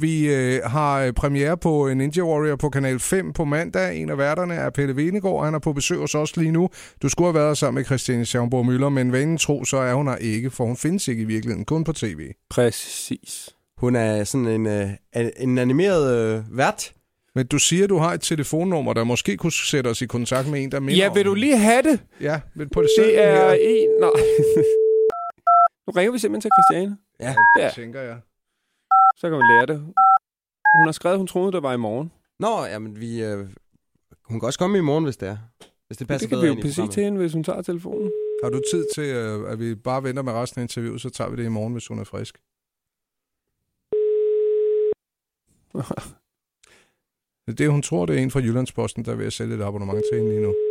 Vi har premiere på Ninja Warrior på Kanal 5 på mandag. En af værterne er Pelle Venegård. Han er på besøg hos os lige nu. Du skulle have været sammen med Christiane Schaumburg Müller, men vanen tro, så er hun her ikke, for hun findes ikke i virkeligheden, kun på tv. Præcis. Hun er sådan en animeret vært. Men du siger, du har et telefonnummer, der måske kunne sætte os i kontakt med en, der minder Ja, vil du lige have det? Ja, men på det er en... Nej. Nu ringer vi simpelthen til Christiane. Ja, det tænker jeg. Så kan vi lære det. Hun har skrevet, hun troede, det var i morgen. Nå, jamen hun kan også komme i morgen, hvis det er. Hvis det passer bedre ind i det kan vi jo præcis til hende, hvis hun tager telefonen. Har du tid til, at vi bare venter med resten af interviewet, så tager vi det i morgen, hvis hun er frisk? Det hun tror, det er en fra Jyllandsposten, der vil sælge et abonnement til hende lige nu.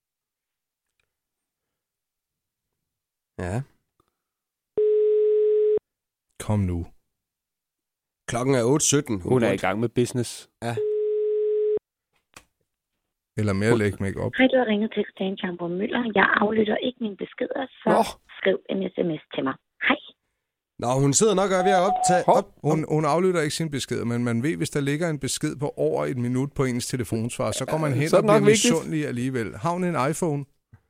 Ja. Kom nu. Klokken er 8:17. Hun er i gang med business. Ja. Eller mere læg make op. Hej, du har ringet til Christiane Schaumburg Müller. Jeg aflytter ikke mine beskeder, så skriv en sms til mig. Hej. Nå, hun sidder nok og er ved at optage... Hun aflytter ikke sin besked, men man ved, hvis der ligger en besked på over 1 minut på ens telefonsvar, så går man hen og bliver misundelig alligevel. Har hun en iPhone?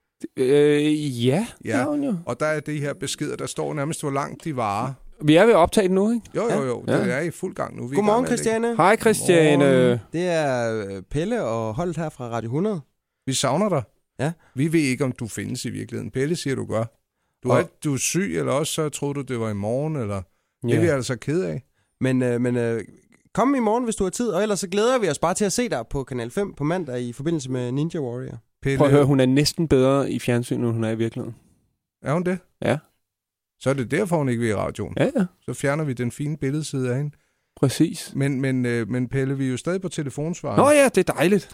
Ja, har hun jo. Og der er de her beskeder, der står nærmest, hvor langt de varer. Vi er ved at optage den nu, ikke? Jo. Ja. Det er i fuld gang nu. Godmorgen, Christiane. Hej, Christiane. Det er Pelle og Holdt her fra Radio 100. Vi savner dig. Ja. Vi ved ikke, om du findes i virkeligheden. Pelle siger, du gør. Du er syg, eller også så troede du, det var i morgen, eller... Det er vi altså ked af. Men kom i morgen, hvis du har tid, og ellers så glæder vi os bare til at se dig på Kanal 5 på mandag i forbindelse med Ninja Warrior. Pelle. Prøv at høre, hun er næsten bedre i fjernsynet, end hun er i virkeligheden. Er hun det? Ja. Så er det derfor, hun ikke vil i radioen. Ja. Så fjerner vi den fine billedside af hende. Præcis. Men Pelle, vi er jo stadig på telefonsvaret. Nå ja, det er dejligt.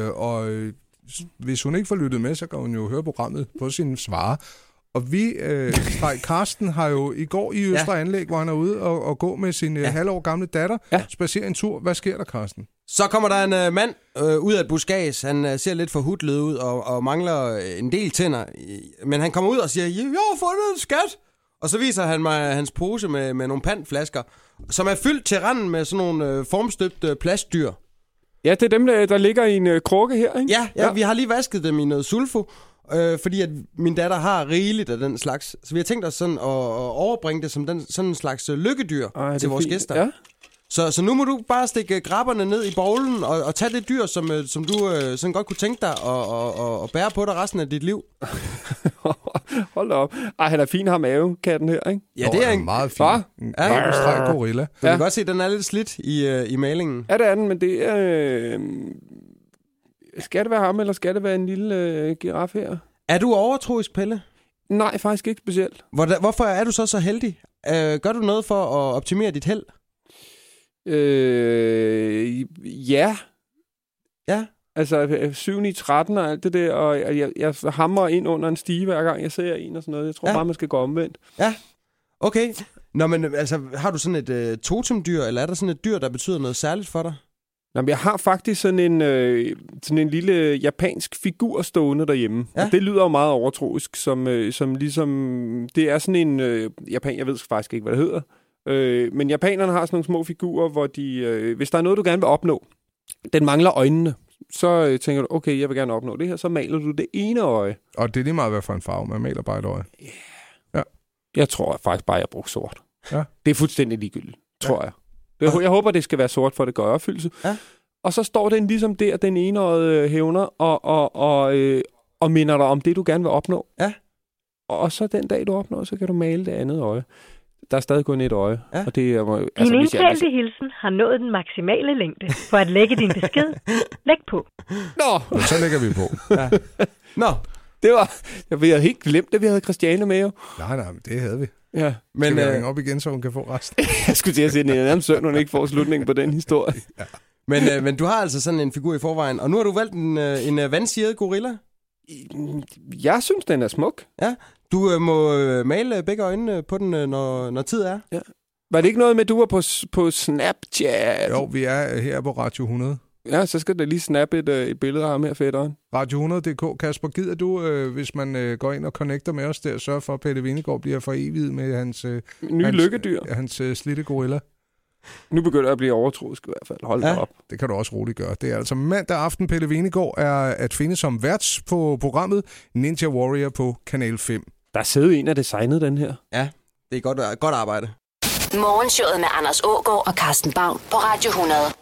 Hvis hun ikke får lyttet med, så kan hun jo høre programmet på sine svarer. Og vi, Karsten, har jo i går i Østre Anlæg, hvor han er ude og gå med sin halvår gamle datter, spacerer en tur. Hvad sker der, Karsten? Så kommer der en mand ud af et buskads. Han ser lidt forhudlet ud og mangler en del tænder. Men han kommer ud og siger, jeg har fundet en skat. Og så viser han mig hans pose med nogle pantflasker, som er fyldt til randen med sådan nogle formstøbte plastdyr. Ja, det er dem, der ligger i en krukke her, ikke? Ja, vi har lige vasket dem i noget sulfo. Fordi at min datter har rigeligt af den slags. Så vi har tænkt os sådan at overbringe det som sådan en slags lykkedyr til vores gæster. Ja. Så nu må du bare stikke grabberne ned i bowlen og tage det dyr, som du sådan godt kunne tænke dig at bære på dig resten af dit liv. Hold op. Ej, han er fin, ham mavekatten her, ikke? Ja, det er en meget fin. En streg gorilla. Du kan godt se, at den er lidt slidt i malingen. Ja, det er den, men det er... Skal det være ham, eller skal det være en lille giraf her? Er du overtroisk, Pelle? Nej, faktisk ikke specielt. Hvorfor er du så heldig? Gør du noget for at optimere dit held? Ja. Ja? Altså 7-13 og alt det der, og jeg hamrer ind under en stige hver gang, jeg ser en og sådan noget. Jeg tror bare, man skal gå omvendt. Ja, okay. Nå, men altså, har du sådan et totemdyr, eller er der sådan et dyr, der betyder noget særligt for dig? Jamen, jeg har faktisk sådan en lille japansk figur stående derhjemme. Ja. Og det lyder jo meget overtroisk, som ligesom... Det er sådan en... jeg ved faktisk ikke, hvad det hedder. Men japanerne har sådan nogle små figurer, hvor de... hvis der er noget, du gerne vil opnå, den mangler øjnene, så tænker du, okay, jeg vil gerne opnå det her, så maler du det ene øje. Og det er lige meget, hvad for en farve. Man maler bare et øje. Yeah. Ja. Jeg tror faktisk bare, jeg bruger sort. Ja. Det er fuldstændig ligegyldigt, tror jeg. Jeg håber, det skal være sort, for det gør opfyldelse. Ja. Og så står den ligesom der, den ene øje hævner, og minder dig om det, du gerne vil opnå. Ja. Og så den dag, du opnår, så kan du male det andet øje. Der er stadig kun et øje. Ja. Og det er, din indtalte hilsen har nået den maksimale længde. For at lægge din besked, læg på. Nå! Så lægger vi på. Ja. Nå! Det var... Jeg havde helt glemt, at vi havde Christiane med jo. Nej, men det havde vi. Ja. Men skal vi ringe op igen, så hun kan få resten? Jeg skulle til at sige, at det er nærmest synd, hun ikke får slutningen på den historie. Ja. Men du har altså sådan en figur i forvejen, og nu har du valgt en vandsiret gorilla? Jeg synes, den er smuk. Ja. Du må male begge øjnene på den, når tid er. Ja. Var det ikke noget med, at du var på Snapchat? Jo, vi er her på Radio 100. Ja, så skal der lige snappe et billede af ham her, fætteren. Radio100.dk. Kasper, gider du, hvis man går ind og connecter med os der, sørge for, at Pelle Venegård bliver for evigt med hans... Nye lykkedyr. Hans slidte gorilla. Nu begynder jeg at blive overtroisk i hvert fald. Hold da op. Det kan du også roligt gøre. Det er altså mandag aften. Pelle Hvenegaard er at finde som værts på programmet Ninja Warrior på Kanal 5. Der er siddet en, der designede den her. Ja, det er godt arbejde. Morgenshowet med Anders Aagaard og Carsten Baum på Radio 100.